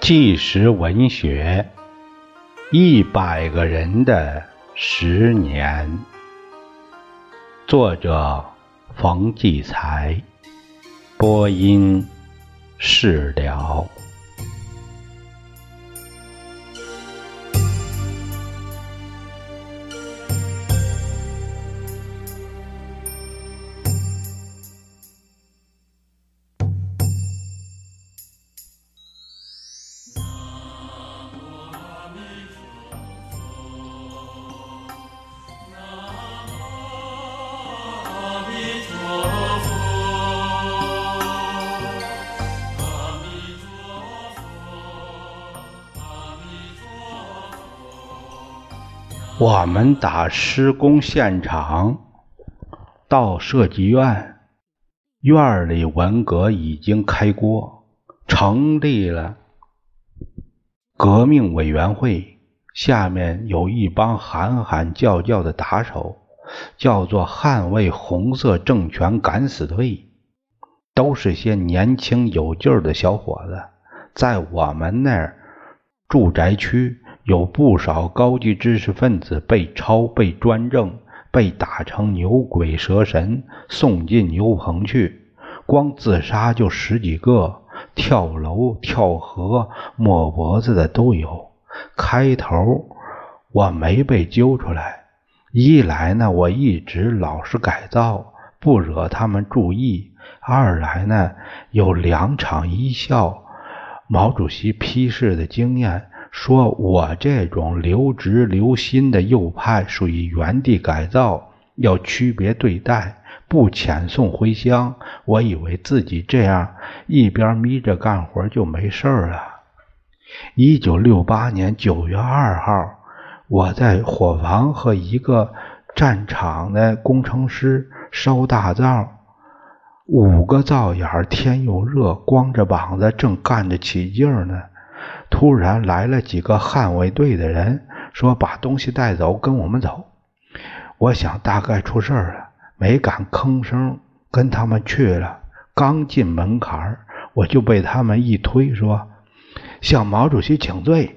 纪实文学，100个人的10年，作者冯骥才，播音释了。我们打施工现场到设计院，院里文革已经开锅，成立了革命委员会，下面有一帮喊喊叫叫的打手，叫做捍卫红色政权敢死队，都是些年轻有劲儿的小伙子。在我们那儿住宅区有不少高级知识分子被抄、被专政、被打成牛鬼蛇神，送进牛棚去，光自杀就10几个，跳楼、跳河、抹脖子的都有。开头我没被揪出来，一来呢我一直老实改造，不惹他们注意；二来呢有2场一校毛主席批示的经验，说我这种留职留心的右派属于原地改造，要区别对待，不遣送回乡。我以为自己这样一边眯着干活就没事了。1968年9月2号，我在伙房和一个战场的工程师烧大灶，5个灶眼，天又热，光着膀子正干着起劲呢。突然来了几个捍卫队的人，说把东西带走，跟我们走。我想大概出事了，没敢吭声，跟他们去了。刚进门槛，我就被他们一推，说向毛主席请罪。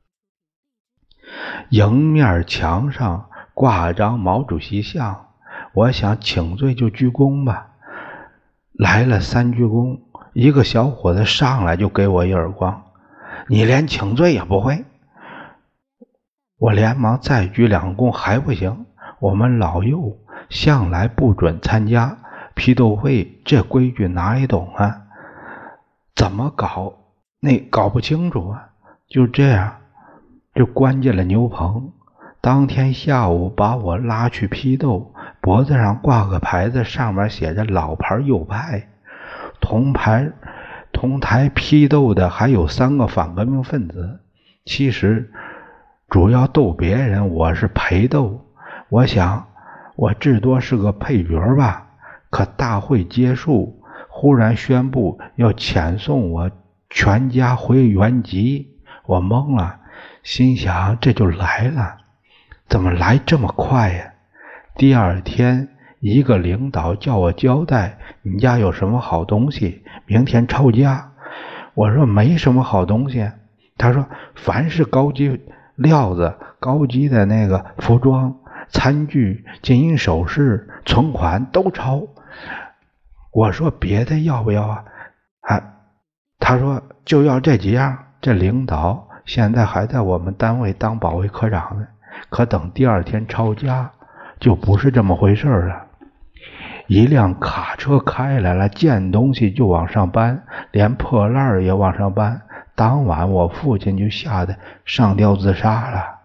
迎面墙上挂张毛主席像，我想请罪就鞠躬吧。来了3鞠躬，一个小伙子上来就给我一耳光，你连请罪也不会。我连忙再鞠2躬，还不行。我们老右向来不准参加批斗会，这规矩哪里懂啊？怎么搞搞不清楚啊。就这样就关进了牛棚。当天下午把我拉去批斗，脖子上挂个牌子，上面写着老牌右派。同台批斗的还有3个反革命分子，其实主要斗别人，我是陪斗。我想我至多是个配角吧。可大会结束，忽然宣布要遣送我全家回原籍，我懵了，心想这就来了，怎么来这么快呀？第2天一个领导叫我交代，你家有什么好东西，明天抄家。我说没什么好东西。他说凡是高级料子、高级的那个服装、餐具、金银首饰、存款都抄。我说别的要不要啊？他说就要这几样。这领导现在还在我们单位当保卫科长呢，可等第2天抄家就不是这么回事了。一辆卡车开来了，见东西就往上搬，连破烂也往上搬。当晚我父亲就吓得上吊自杀了。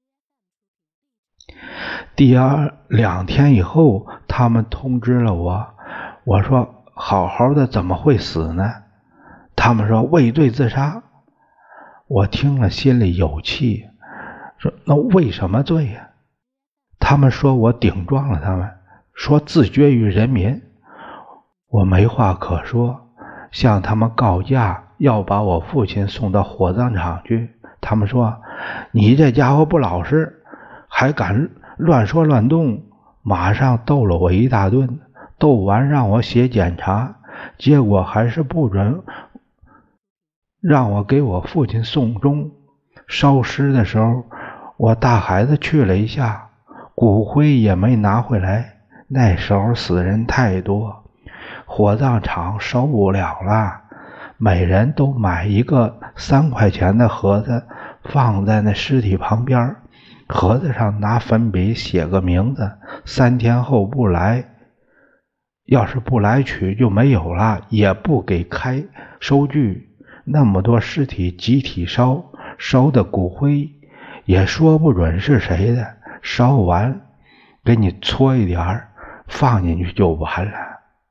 第2天以后，他们通知了我。我说好好的怎么会死呢？他们说畏罪自杀。我听了心里有气，说那为什么罪呀？他们说我顶撞了他们，说自绝于人民。我没话可说，向他们告假，要把我父亲送到火葬场去。他们说你这家伙不老实，还敢乱说乱动，马上斗了我一大顿。斗完让我写检查，结果还是不准让我给我父亲送终。烧尸的时候，我大孩子去了一下，骨灰也没拿回来。那时候死人太多，火葬场收不了了，每人都买一个3块钱的盒子，放在那尸体旁边，盒子上拿粉笔写个名字，3天后不来，要是不来取就没有了，也不给开收据。那么多尸体集体烧，烧的骨灰也说不准是谁的，烧完给你搓一点放进去就完了。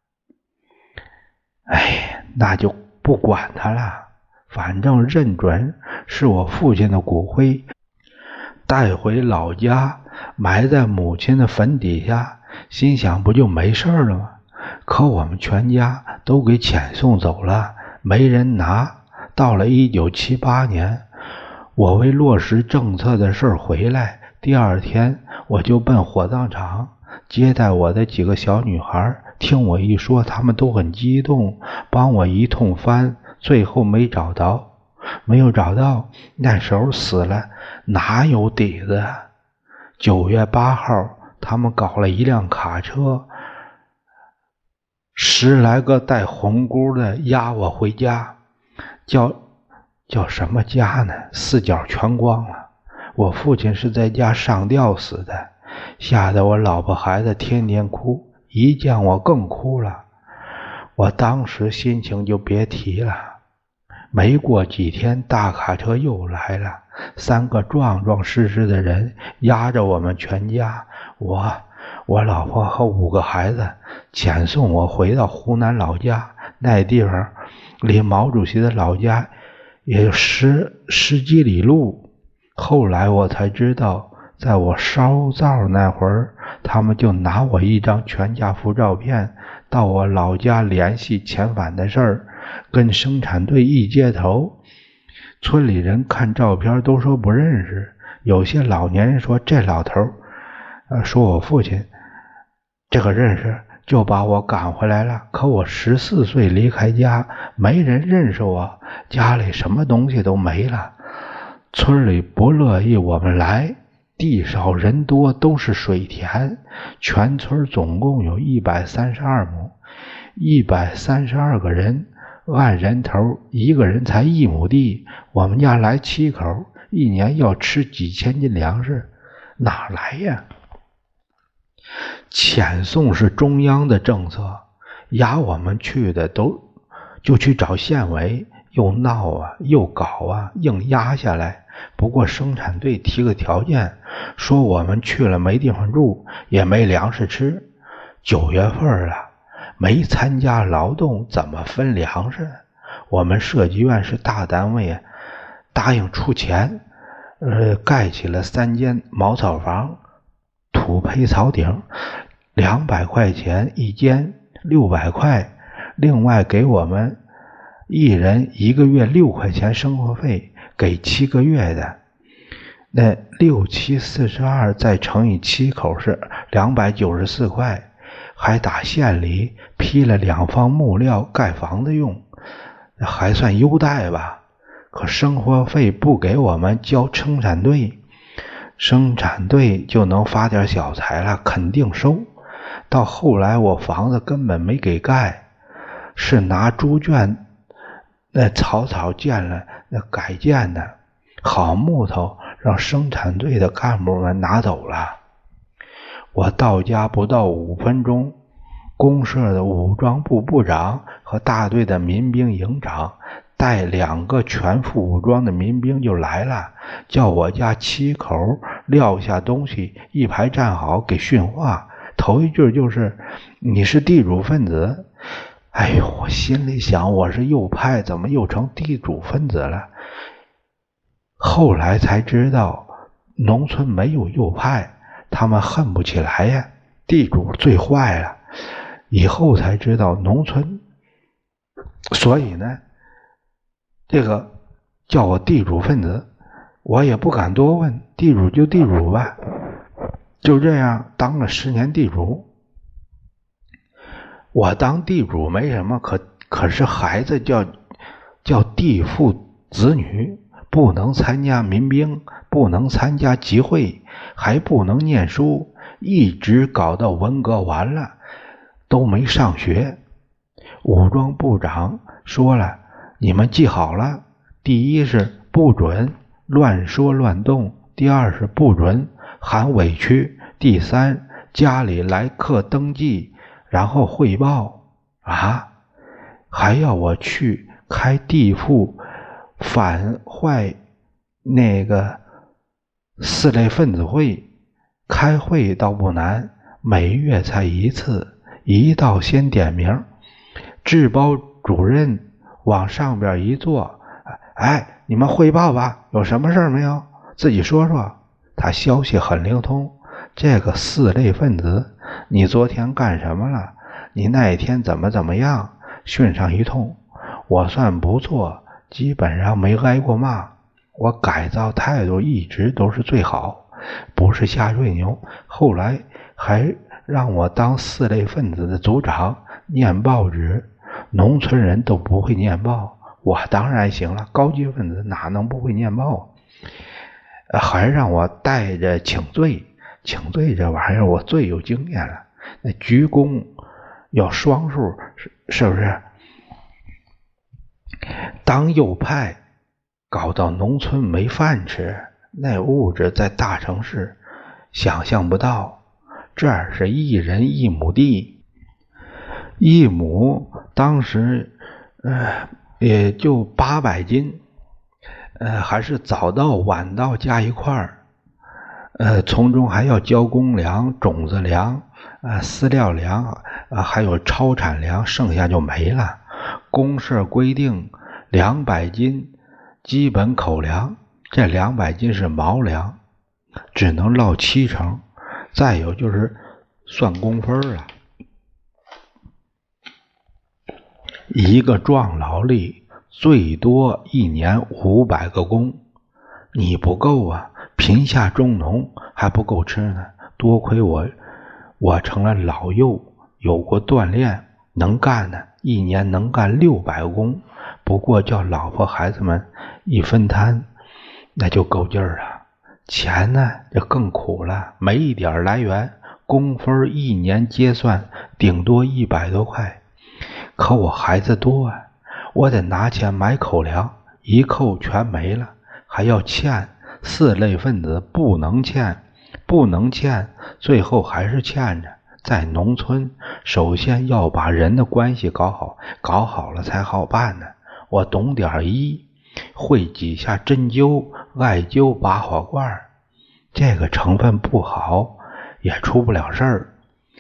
哎，那就不管他了，反正认准是我父亲的骨灰，带回老家埋在母亲的坟底下，心想不就没事了吗？可我们全家都给遣送走了，没人拿。到了1978年，我为落实政策的事回来，第2天我就奔火葬场接待我的几个小女孩。听我一说，她们都很激动，帮我一通翻，最后没有找到。那时候死了，哪有底子？9月8号，他们搞了一辆卡车，10来个带红箍的押我回家，叫什么家呢？4角全光了。我父亲是在家上吊死的，吓得我老婆孩子天天哭，一见我更哭了。我当时心情就别提了。没过几天，大卡车又来了，3个壮壮实实的人押着我们全家，我老婆和5个孩子，遣送我回到湖南老家。那地方离毛主席的老家也有十几里路。后来我才知道，在我烧灶那会儿，他们就拿我一张全家福照片到我老家联系遣返的事儿，跟生产队一接头，村里人看照片都说不认识，有些老年人说这老头说我父亲这个认识，就把我赶回来了。可我14岁离开家，没人认识我，家里什么东西都没了，村里不乐意我们来，地少人多，都是水田，全村总共有132亩，132个人，按人头一个人才1亩地，我们家来7口，一年要吃几千斤粮食，哪来呀？遣送是中央的政策，押我们去的就去找县委，又闹啊又搞啊，硬压下来。不过生产队提个条件，说我们去了没地方住，也没粮食吃。9月份了，没参加劳动怎么分粮食？我们设计院是大单位啊，答应出钱，盖起了3间茅草房，土坯草顶，200块钱一间，600块，另外给我们一人1个月6块钱生活费，给7个月的。那6、7、42再乘以7口是294块，还打县里批了2方木料盖房子用，还算优待吧。可生活费不给我们交生产队，生产队就能发点小财了，肯定收。到后来我房子根本没给盖，是拿猪圈那草建了，那改建的好木头让生产队的干部们拿走了。我到家不到5分钟，公社的武装部部长和大队的民兵营长带2个全副武装的民兵就来了，叫我家7口撂下东西，一排站好给训话。头一句就是你是地主分子。哎呦，我心里想我是右派，怎么又成地主分子了？后来才知道农村没有右派，他们恨不起来呀，地主最坏了。以后才知道农村，所以呢这个叫我地主分子，我也不敢多问，地主就地主吧。就这样当了10年地主。我当地主没什么，可是孩子叫地富子女，不能参加民兵，不能参加集会，还不能念书，一直搞到文革完了都没上学。武装部长说了，你们记好了，第一是不准乱说乱动，第二是不准喊委屈，第三家里来客登记，然后汇报啊，还要我去开地富反坏那个四类分子会。开会倒不难，每月才一次，一到先点名，治保主任往上边一坐，哎，你们汇报吧，有什么事没有？自己说说。他消息很灵通，这个四类分子，你昨天干什么了？你那一天怎么样？训上一通，我算不错，基本上没挨过骂，我改造态度一直都是最好，不是瞎吹牛。后来还让我当四类分子的组长，念报纸，农村人都不会念报，我当然行了，高级分子哪能不会念报？还让我带着请罪，请罪这玩意儿我最有经验了，那鞠躬要双数，是不是？当右派搞到农村没饭吃，那物质在大城市想象不到。这儿是一人一亩地，一亩当时也就800斤，还是早稻晚稻加一块儿，从中还要交公粮、种子粮、饲料粮，还有超产粮，剩下就没了。公社规定200斤基本口粮，这200斤是毛粮，只能落70%。再有就是算工分了，一个壮劳力最多一年500个工，你不够啊，贫下中农还不够吃呢。多亏我成了老幼，有过锻炼，能干呢，一年能干600个工，不过叫老婆孩子们一分摊，那就够劲儿了。钱呢就更苦了，没一点来源，工分一年结算顶多100多块。可我孩子多啊，我得拿钱买口粮，一扣全没了，还要欠。四类分子不能欠，最后还是欠着。在农村，首先要把人的关系搞好，搞好了才好办呢。我懂点医，会几下针灸、艾灸、拔火罐，这个成分不好也出不了事儿。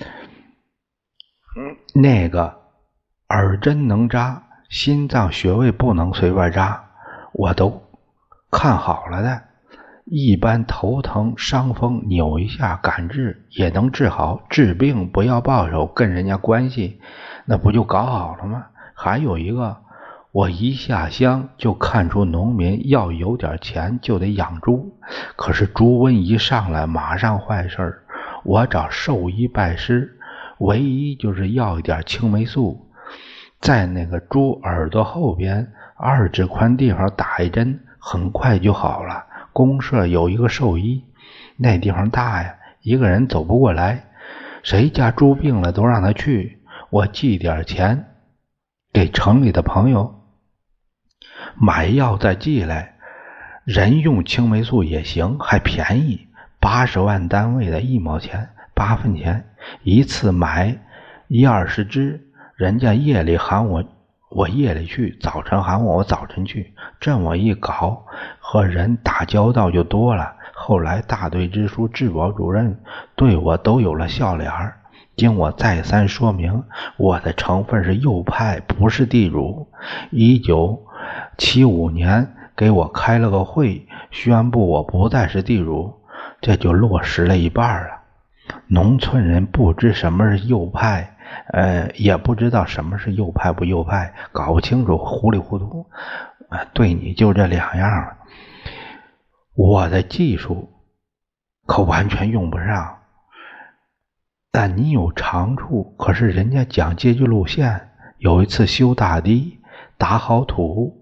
那个耳针能扎，心脏穴位不能随便扎，我都看好了的。一般头疼伤风扭一下赶治也能治好，治病不要报酬，跟人家关系那不就搞好了吗？还有一个，我一下乡就看出农民要有点钱就得养猪，可是猪瘟一上来马上坏事儿，我找兽医拜师，唯一就是要一点青霉素，在那个猪耳朵后边2指宽地方打一针，很快就好了。公社有一个兽医，那地方大呀，一个人走不过来，谁家猪病了都让他去，我寄点钱给城里的朋友买药再寄来，人用青霉素也行，还便宜，80万单位的1毛钱8分钱，一次买1-20支，人家夜里喊我夜里去，早晨喊我早晨去，这么一搞，和人打交道就多了。后来大队支书、治保主任对我都有了笑脸儿。经我再三说明，我的成分是右派，不是地主。1975年给我开了个会，宣布我不再是地主，这就落实了一半了。农村人不知什么是右派，也不知道什么是右派不右派，搞不清楚，糊里糊涂，对你就这2样了。我的技术可完全用不上，但你有长处，可是人家讲阶级路线，有一次修大堤，打好土，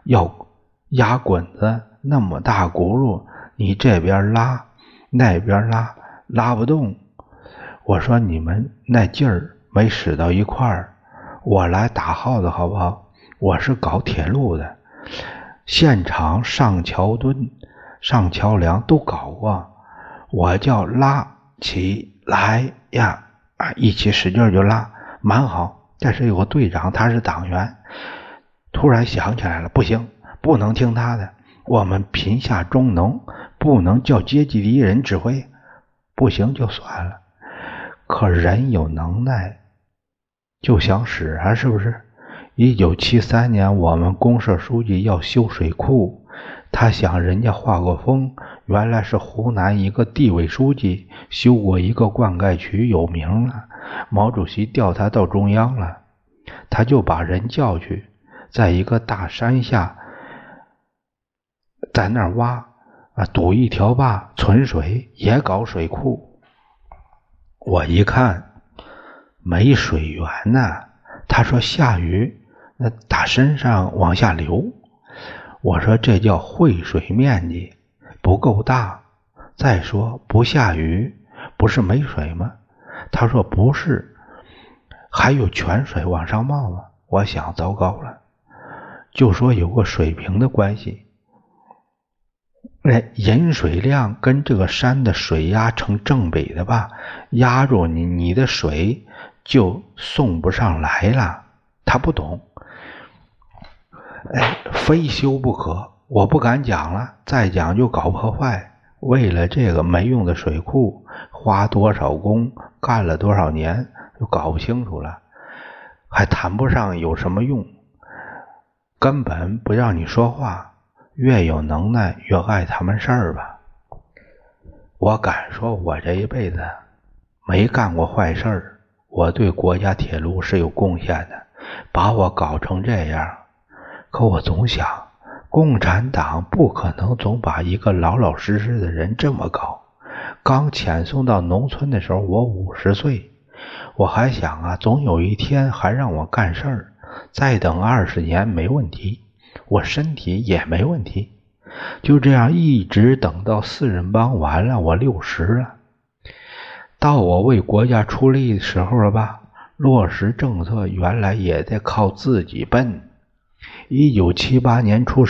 要压滚子，那么大轱辘，你这边拉那边拉不动。我说你们那劲儿没使到一块儿，我来打耗子好不好？我是搞铁路的，现场上桥墩上桥梁都搞过，我叫拉起来呀，一起使劲就拉，蛮好。但是有个队长他是党员，突然想起来了，不行，不能听他的，我们贫下中农，不能叫阶级敌人指挥，不行就算了。可人有能耐就想使啊，是不是？1973年我们公社书记要修水库，他想人家画过风，原来是湖南一个地委书记修过一个灌溉渠有名了，毛主席调他到中央了，他就把人叫去，在一个大山下在那儿挖堵一条坝存水，也搞水库。我一看没水源呢，他说下雨那打身上往下流。我说这叫汇水面积不够大，再说不下雨不是没水吗？他说不是，还有泉水往上冒吗？我想糟糕了，就说有个水平的关系，引水量跟这个山的水压成正比的吧，压住你的水就送不上来了。他不懂，非修不可，我不敢讲了，再讲就搞破坏。为了这个没用的水库，花多少工，干了多少年，就搞不清楚了，还谈不上有什么用，根本不让你说话。越有能耐越爱他们事儿吧。我敢说我这一辈子没干过坏事儿，我对国家铁路是有贡献的，把我搞成这样。可我总想，共产党不可能总把一个老老实实的人这么搞。刚遣送到农村的时候我50岁，我还想总有一天还让我干事儿，再等20年没问题，我身体也没问题。就这样一直等到4人帮完了，我60了。到我为国家出力的时候了吧，落实政策原来也得靠自己奔。1978年初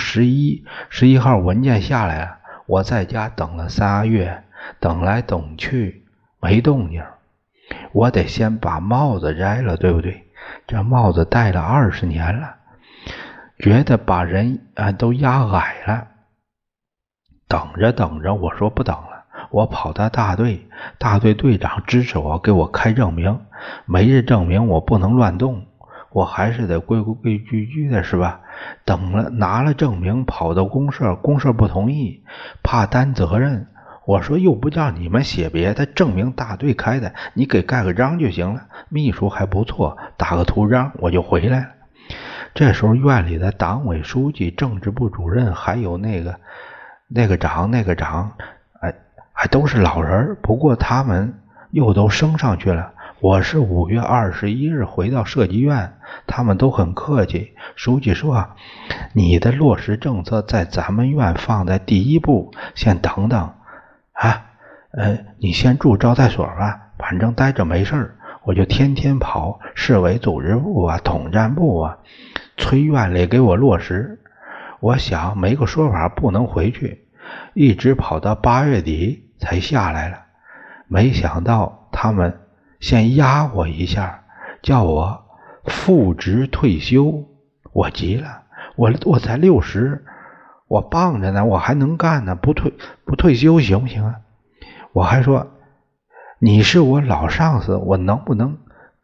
11号文件下来了，我在家等了3月，等来等去没动静。我得先把帽子摘了，对不对？这帽子戴了20年了，觉得把人都压矮了。等着，我说不等了，我跑到大队队长支持我，给我开证明，没这证明我不能乱动，我还是得规规矩矩的，是吧？等了拿了证明，跑到公社不同意，怕担责任。我说又不叫你们写别的，证明大队开的，你给盖个章就行了。秘书还不错，打个图章我就回来了。这时候院里的党委书记、政治部主任还有那个长，还都是老人，不过他们又都升上去了。我是5月21日回到设计院，他们都很客气。书记说，你的落实政策在咱们院放在第一步，先等等你先住招待所吧，反正待着没事。我就天天跑市委组织部统战部催院里给我落实。我想没个说法不能回去，一直跑到8月底才下来了。没想到他们先压我一下，叫我复职退休。我急了，我才60，我棒着呢，我还能干呢，不退休行不行啊？我还说你是我老上司，我能不能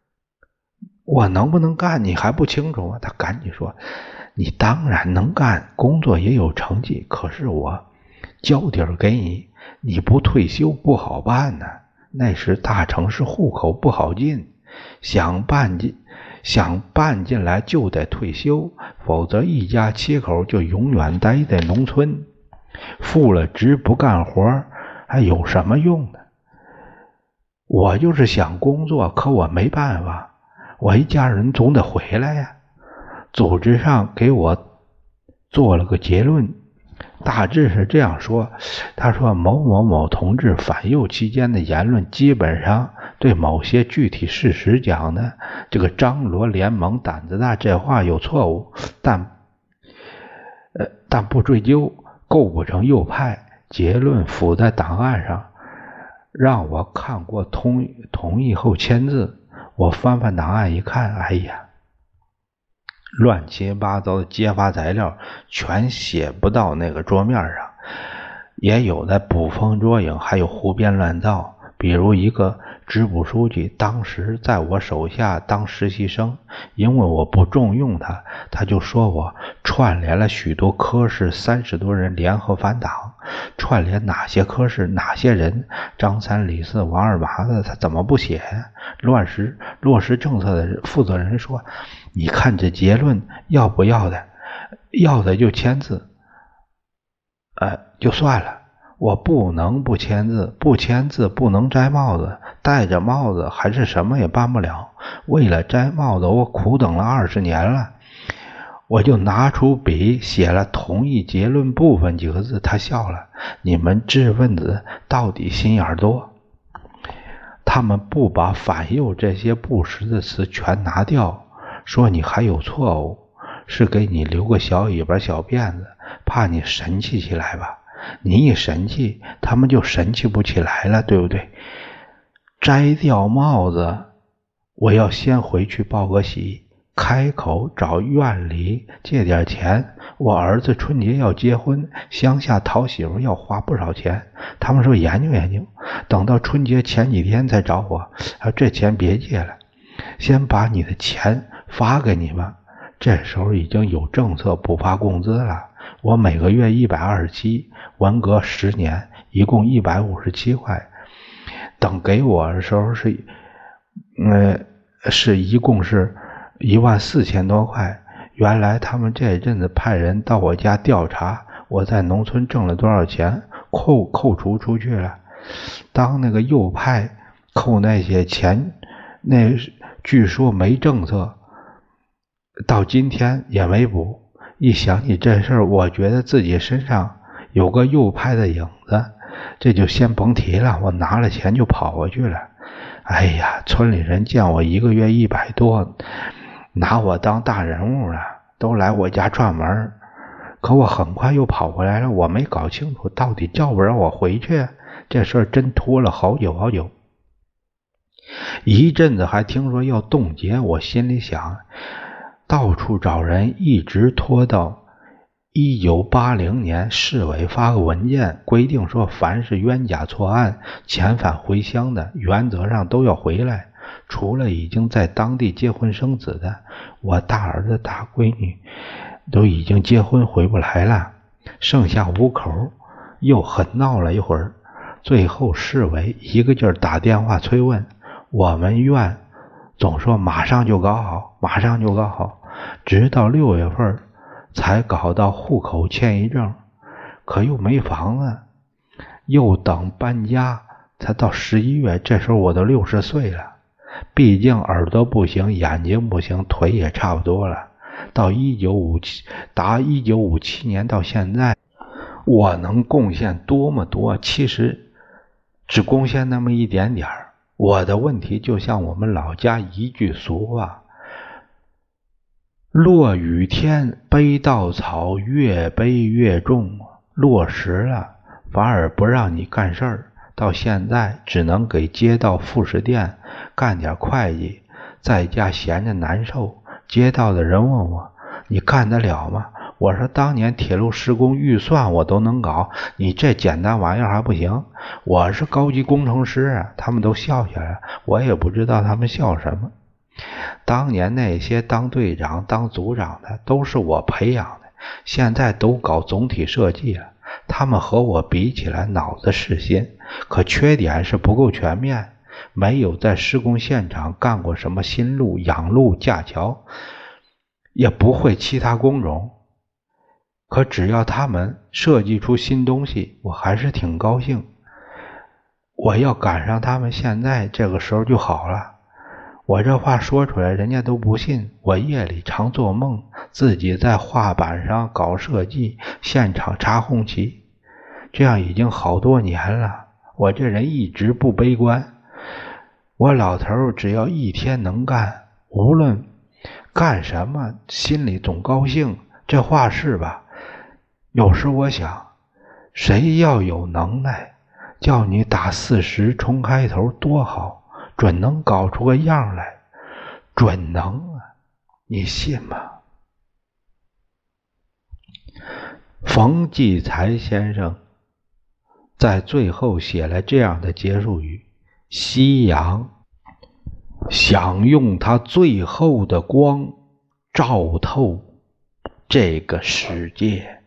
干你还不清楚吗？他赶紧说，你当然能干，工作也有成绩，可是我交底儿给你，你不退休不好办呢。那时大城市户口不好进，想办进来就得退休，否则一家7口就永远待在农村，复了职不干活还有什么用呢？我就是想工作，可我没办法，我一家人总得回来呀。组织上给我做了个结论，大致是这样说。他说某某某同志反右期间的言论基本上对某些具体事实讲的这个张罗联盟胆子大这话有错误，但不追究，构不成右派。结论附在档案上，让我看过同意后签字。我翻翻档案一看，哎呀，乱七八糟的揭发材料全写不到那个桌面上，也有的捕风捉影，还有胡编乱造。比如一个支部书记当时在我手下当实习生，因为我不重用他，他就说我串联了许多科室30多人联合反党。串联哪些科室哪些人，张三李四王二麻的，他怎么不写？落实政策的负责人说，你看这结论要不要的？要的就签字，就算了。我不能不签字，不签字不能摘帽子，戴着帽子还是什么也办不了。为了摘帽子，我苦等了20年了。我就拿出笔写了同意结论部分几个字，他笑了。你们知识分子到底心眼多，他们不把反右这些不实的词全拿掉，说你还有错误，是给你留个小尾巴小辫子，怕你神气起来吧。你一神气，他们就神气不起来了，对不对？摘掉帽子，我要先回去报个喜，开口找院里借点钱。我儿子春节要结婚，乡下讨媳妇要花不少钱，他们说研究研究，等到春节前几天再找我。这钱别借了，先把你的钱发给你吧。这时候已经有政策不发工资了，我每个月127，文革10年，一共157块。等给我的时候一共是14000多块。原来他们这阵子派人到我家调查我在农村挣了多少钱，扣除出去了。当那个右派扣那些钱，那据说没政策，到今天也没补。一想起这事儿，我觉得自己身上有个右派的影子，这就先甭提了。我拿了钱就跑过去了。哎呀，村里人见我一个月100多，拿我当大人物了，都来我家串门。可我很快又跑回来了，我没搞清楚到底叫不让我回去，这事儿真拖了好久好久。一阵子还听说要冻结，我心里想，到处找人，一直拖到1980年，市委发个文件，规定说凡是冤假错案遣返回乡的，原则上都要回来，除了已经在当地结婚生子的。我大儿子大闺女都已经结婚回不来了，剩下5口，又很闹了一会儿。最后市委一个劲儿打电话催问，我们院总说马上就搞好，马上就搞好，直到6月份才搞到户口迁移证，可又没房子，又等搬家，才到11月。这时候我都60岁了，毕竟耳朵不行，眼睛不行，腿也差不多了。到1957年到现在，我能贡献多么多？其实只贡献那么一点点。我的问题就像我们老家一句俗话，落雨天背稻草，越背越重。落实了反而不让你干事儿，到现在只能给街道副食店干点会计，在家闲着难受。街道的人问我，你干得了吗？我说当年铁路施工预算我都能搞，你这简单玩意儿还不行？我是高级工程师啊。他们都笑起来了，我也不知道他们笑什么。当年那些当队长当组长的都是我培养的，现在都搞总体设计了。他们和我比起来脑子是新，可缺点是不够全面，没有在施工现场干过什么新路、养路、架桥，也不会其他工种。可只要他们设计出新东西，我还是挺高兴。我要赶上他们现在这个时候就好了。 我这话说出来人家都不信。我夜里常做梦，自己在画板上搞设计，现场插红旗，这样已经好多年了。我这人一直不悲观，我老头只要一天能干，无论干什么心里总高兴。这话是吧？有时我想，谁要有能耐，叫你打40重开头多好，准能搞出个样来，准能啊，你信吗？冯骥才先生在最后写了这样的结束语：夕阳想用它最后的光照透这个世界。